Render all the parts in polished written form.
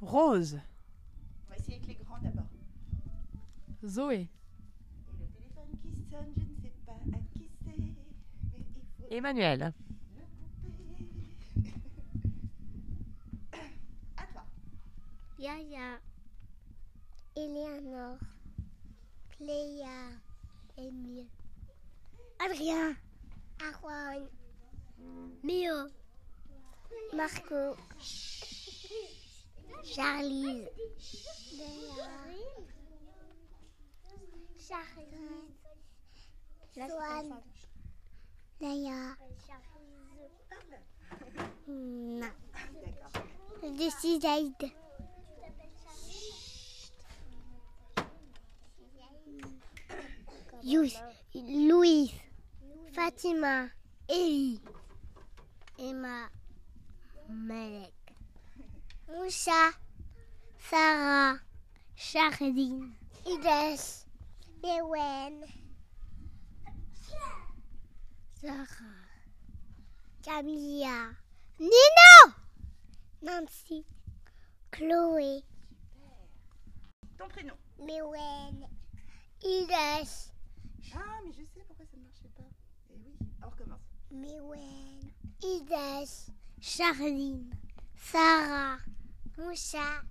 Rose. On va essayer avec les grands d'abord. Zoé. Et le téléphone qui sonne, je ne sais pas à qui c'est, mais il faut Emmanuel. le couper. À toi. Yaya, Eleanor, Cléa, Emile, Adrien, Aaron, Mio, Marco, Charlie, Charlie, Swan, Naya. Non. D'accord. Je suis Zaïd. Louise, Fatima, Eli, Emma, Malek, Moussa, Sarah, Chardine, Ides, Ewen, Sarah, Camilla, Nino, Nancy, Chloé, Ton prénom. Mewen, Ides, Ah, mais je sais pourquoi ça ne marchait pas. Eh oui, on recommence. Mewen, Ides, Charline, Sarah, Moussa,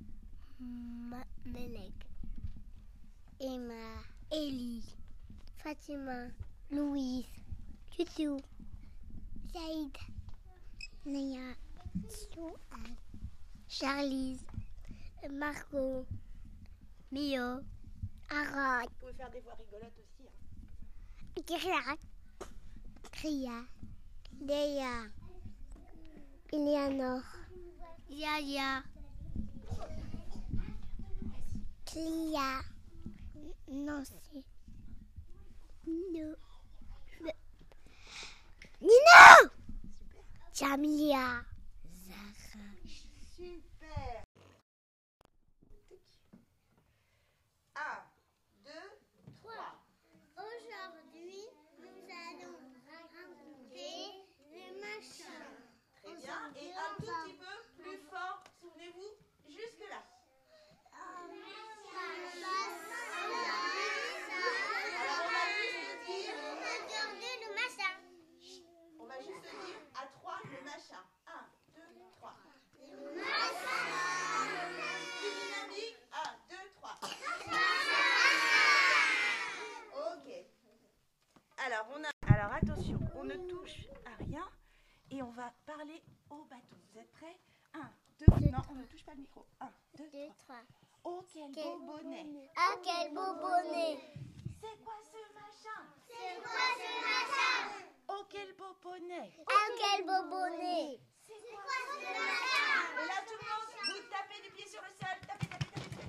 Melek, Emma, Ellie, Fatima, Louise, Tutu, Saïd, Naya, Souane, Charlize, Marco, Mio, Aaron, Vous pouvez faire des voix rigolotes aussi. Hein. Kria, Kria, Léa, Eleanor, Yaya, Cléa, Nancy, Nino, Jamia, Zara. Super. 1, 2, 3. Aujourd'hui, nous allons raconter le machin. Très bien. Et un tout petit peu plus fort. Souvenez-vous, jusque-là. Alors, on va juste dire à 3 le machin. 1, 2, 3. Plus dynamique. 1, 2, 3. Ok. Alors attention, on ne touche à rien et on va parler au bateau. Vous êtes prêts? 1, 2, non, on ne touche pas le micro. 1, 2, 3. Oh, quel beau bonnet. Ah, quel beau bonnet. C'est quoi ce machin? C'est quoi ce machin? Oh, quel beau bonnet. Ah, quel beau bonnet. C'est quoi ce machin? Et là, tout le monde, vous tapez des pieds sur le sol. Tapez, tapez, tapez, tapez.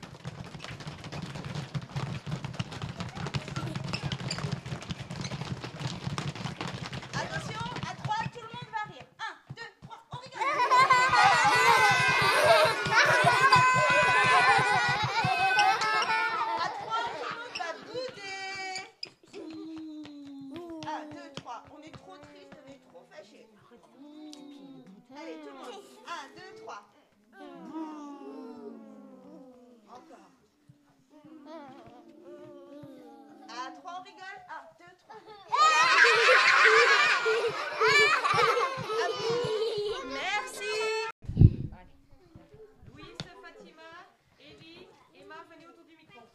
Attention, à 3, tout le monde va rire. 1, 2, 3, on rigole. À 3, tout le monde va bouder. 1, 2, 3, on est trop triste, on est trop fâché. Allez, tout le monde. 1, 2, 3. Encore. À 3, on rigole. 1, 2, 3. À vous. Merci. Louise, Fatima, Elie, Emma, venez autour du micro.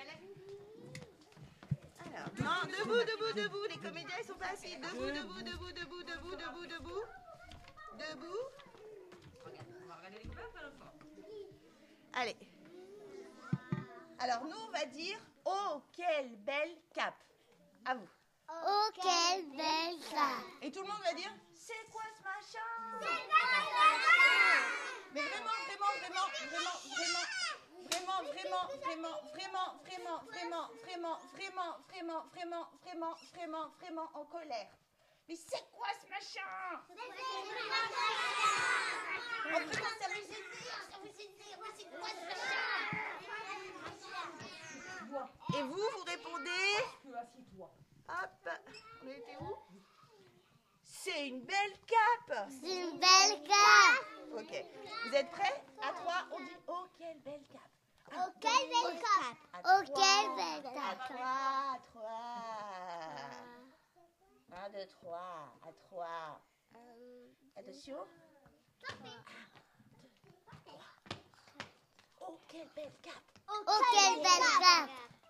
Alors, non, debout, debout, debout. Les comédiens, ils sont pas assis. Debout, debout, debout, debout, debout, debout, debout. Debout. On va regarder les couleurs, pas l'enfant. Allez. Alors, nous, on va dire « Oh, quelle belle cape !» À vous. Oh, quelle belle femme. Et tout le monde va dire « C'est quoi ce machin ?» Mais vraiment, vraiment, vraiment, vraiment, vraiment, vraiment, vraiment, vraiment, vraiment, vraiment, vraiment, vraiment, vraiment, vraiment, vraiment, vraiment, vraiment en colère. Mais c'est quoi ce machin? En fait, ça vous aide, c'est quoi ce machin? Et vous, vous répondez? Hop, on était où? C'est une belle cape. C'est une belle cape. Ok, vous êtes prêts? À 3, on dit À 3, 3. 1, 2, 3. À 3. Attention. 1, 2, 3. Oh, quelle belle cape. Oh, quelle belle cape.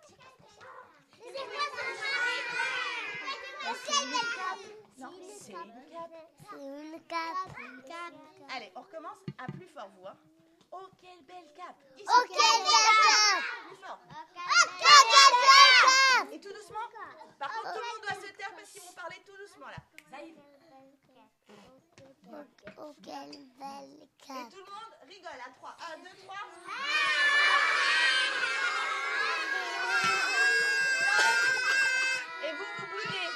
Non, c'est une cape. C'est une cape. Allez, on recommence à plus fort, vous. Hein. Oh, quelle belle cape. Ici. Oh, quelle belle cape. Plus fort. Oh, quelle belle cape. Et tout doucement. Par contre, tout le monde doit se taire parce qu'ils vont parler tout doucement là. Zaïd. Oh, quelle belle Et cape. tout le monde rigole à 3. 1, 2, 3. Et vous boudez.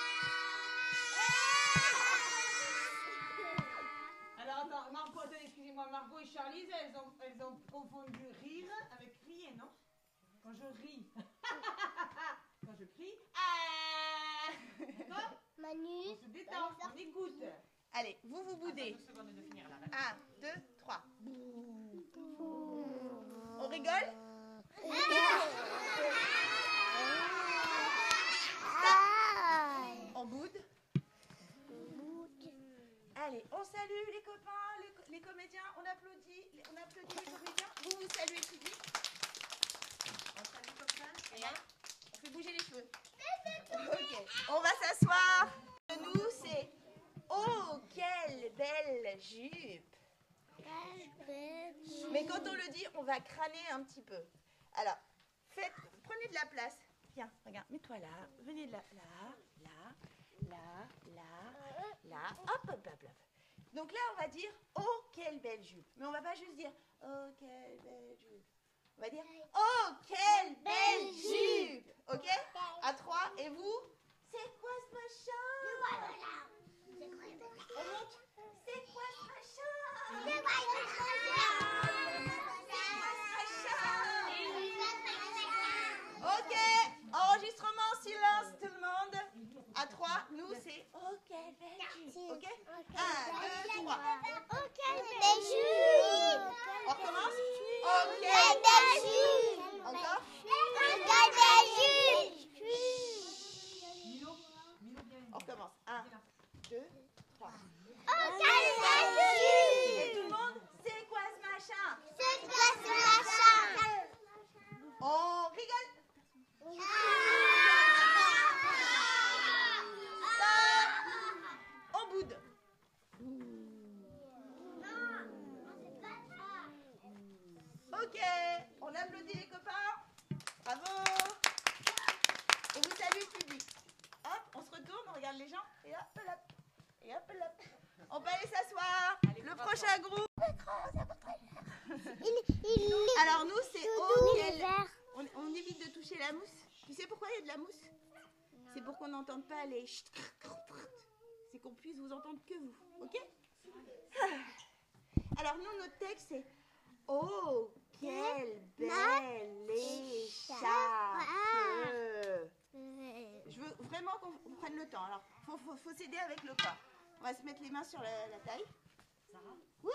Alors attends, Margot, attendez, excusez-moi, Margot et Charlize, elles ont confondu rire avec crier, non? Quand je ris. Quand je crie. D'accord? Manu. On se détend, on écoute. Allez, vous boudez. 2 secondes de finir là. 1, 2, 3. On rigole? On boude? Allez, on salue les copains, les comédiens, on applaudit les comédiens. Vous saluez le public. On salue comme ça. Et là, on fait bouger les cheveux. Ok, on va s'asseoir. Nous, c'est oh, quelle belle jupe. Mais quand on le dit, on va crâner un petit peu. Alors, prenez de la place. Viens, regarde, mets-toi là. Venez de là, là. Hop, hop, hop, hop. Donc là, on va dire oh, quelle belle jupe. Mais on va pas juste dire oh, quelle belle jupe. On va dire oh, quelle belle jupe. Ok? À 3. Et vous? C'est quoi ce machin? On monte. C'est quoi ce machin? Ok, enregistrement, silence, tout le monde. À 3, nous c'est oh, quelle belle jupe. Ok? 1, 2, 3. Oh, quelle belle jupe. On recommence? Oh, Quelle belle jupe. Encore? Quelle belle jupe. On recommence. 1, 2, 3. Oh, quelle belle Et jupe. tout le monde, c'est quoi ce machin? C'est quoi ce machin? On rigole. On boude. Ok, on applaudit les copains. Bravo. Et vous saluez le public. Hop, on se retourne, on regarde les gens. Et hop, hop. Et hop, hop. On peut aller s'asseoir. Le prochain groupe. Alors nous, c'est oh, quelle... On évite de toucher la mousse. Tu sais pourquoi il y a de la mousse? C'est pour qu'on n'entende pas les... C'est qu'on puisse vous entendre que vous. Ok? Alors nous, notre texte, c'est oh, quelle belle écharpe. Je veux vraiment qu'on prenne le temps. Alors, faut s'aider avec le pas. On va se mettre les mains sur la taille. Wouhou!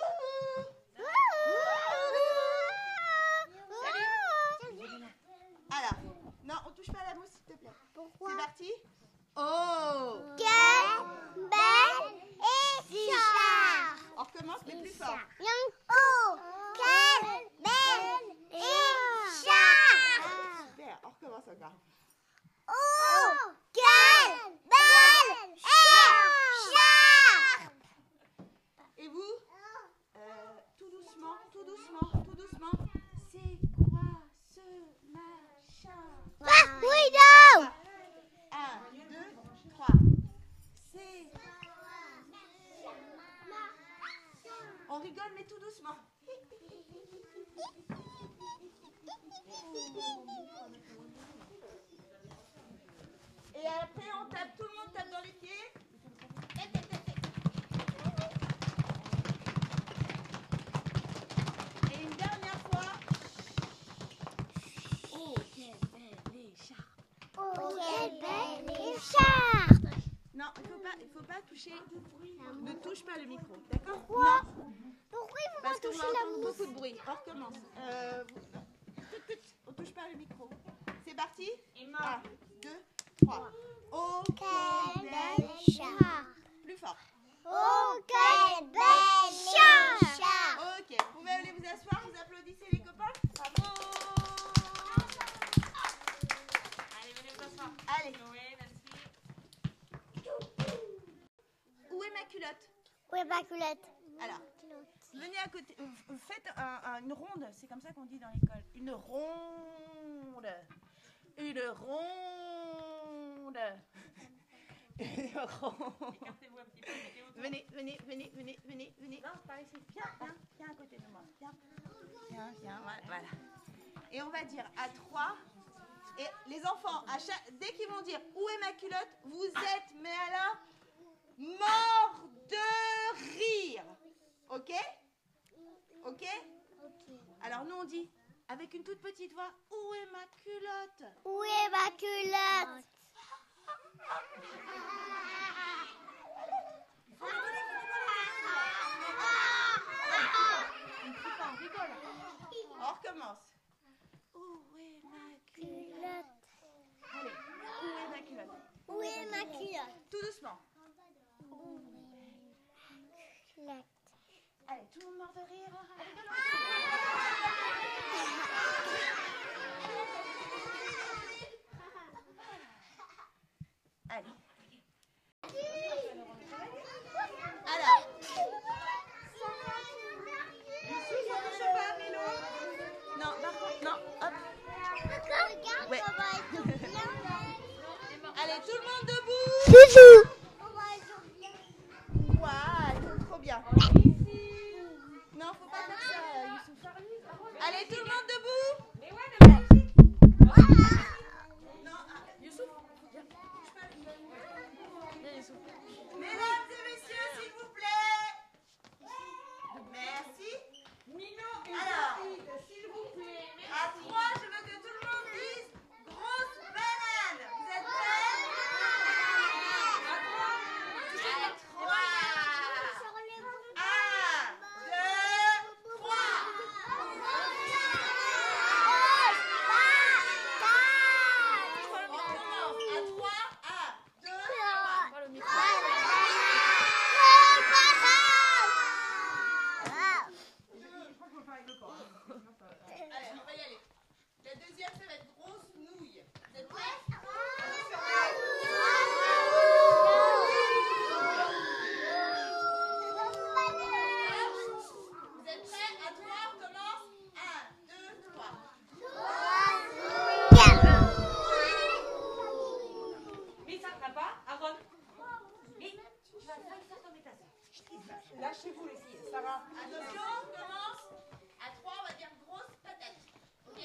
Salut! Alors, non, on touche pas à la mousse, s'il te plaît. Pourquoi? C'est parti? Oh! Quelle belle écharpe. On recommence, mais plus fort. Oh, quelle belle écharpe. Super, on recommence encore. Oh, quelle belle écharpe. Et vous? Tout doucement, tout doucement, tout doucement. C'est quoi ce machin? Oui, non. 1, 2, 3. C'est... On rigole, mais tout doucement. Et après, on tape, tout le monde tape dans les pieds. Et une dernière fois. Oh, quelle belle écharpe. Oh, quelle belle écharpe. Non, il faut pas toucher. Ne touche pas le micro, d'accord? Pourquoi? Non, Pourquoi il faut parce pas qu'on va toucher la entendre mousse? beaucoup de bruit. On recommence. On touche pas le micro. C'est parti. Et 1, ma. 2, 3. Oh, Quel quel bel bel chat. Plus fort. Oh, quel bel chat. Ok, vous pouvez aller vous asseoir, vous applaudissez les copains. Bravo. Allez, venez vous asseoir. Allez. Chloé, Nancy. Où est ma culotte? Où est ma culotte? Alors, venez à côté. Faites une ronde, c'est comme ça qu'on dit dans l'école. Une ronde. Une ronde. Une ronde. Écartez-vous un petit peu, mettez autour. Venez, venez, venez, venez, venez, venez. Non, par ici. Viens, viens, viens à côté de moi. Viens, viens, viens, voilà. Et on va dire à 3. Et les enfants, dès qu'ils vont dire où est ma culotte, vous êtes, mais alors, morts de rire. Ok? Ok? Alors nous on dit, avec une toute petite voix, où est ma culotte? Où est ma culotte? On rigole. On recommence. Où est ma culotte? Culotte. Allez, où est ma culotte? Où est ma culotte? Tout doucement. Culotte. Allez, tout le monde mort de rire. Allez. Alors. Non, par contre, non, hop. Ouais. Allez, tout le monde debout. Bisous. Waouh, trop bien. Non, faut pas faire ça, Youssouf. Allez, tout le monde debout. Mais ouais, mais là, ici. Non, Youssouf, viens. Mesdames et messieurs, s'il vous plaît. Merci. Mino et Alors. David, s'il vous plaît. À 3, je veux que tout le monde dise grosse banane. Vous êtes prêts? À 3. À 3. 1, 2, 3. On recommence. À 3. 1, 2, 3. Je crois qu'on va faire avec le corps. Allez, on va y aller. La deuxième, ça va être grosse nouille. Vous êtes prêts? Vous êtes prêts? À 3, on commence. 1, 2, 3. Mais ça ne va pas, Aaron. Mais tu vas faire tomber ta sœur. Lâchez-vous les filles, ça va. Attention, on commence. À 3, on va dire grosse patate. Ok?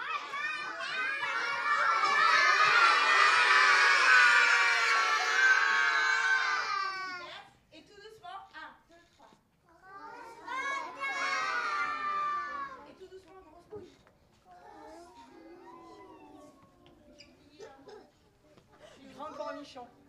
Super. Et tout doucement. 1, 2, 3. Et tout doucement, grosse bouche. Grand cornichon.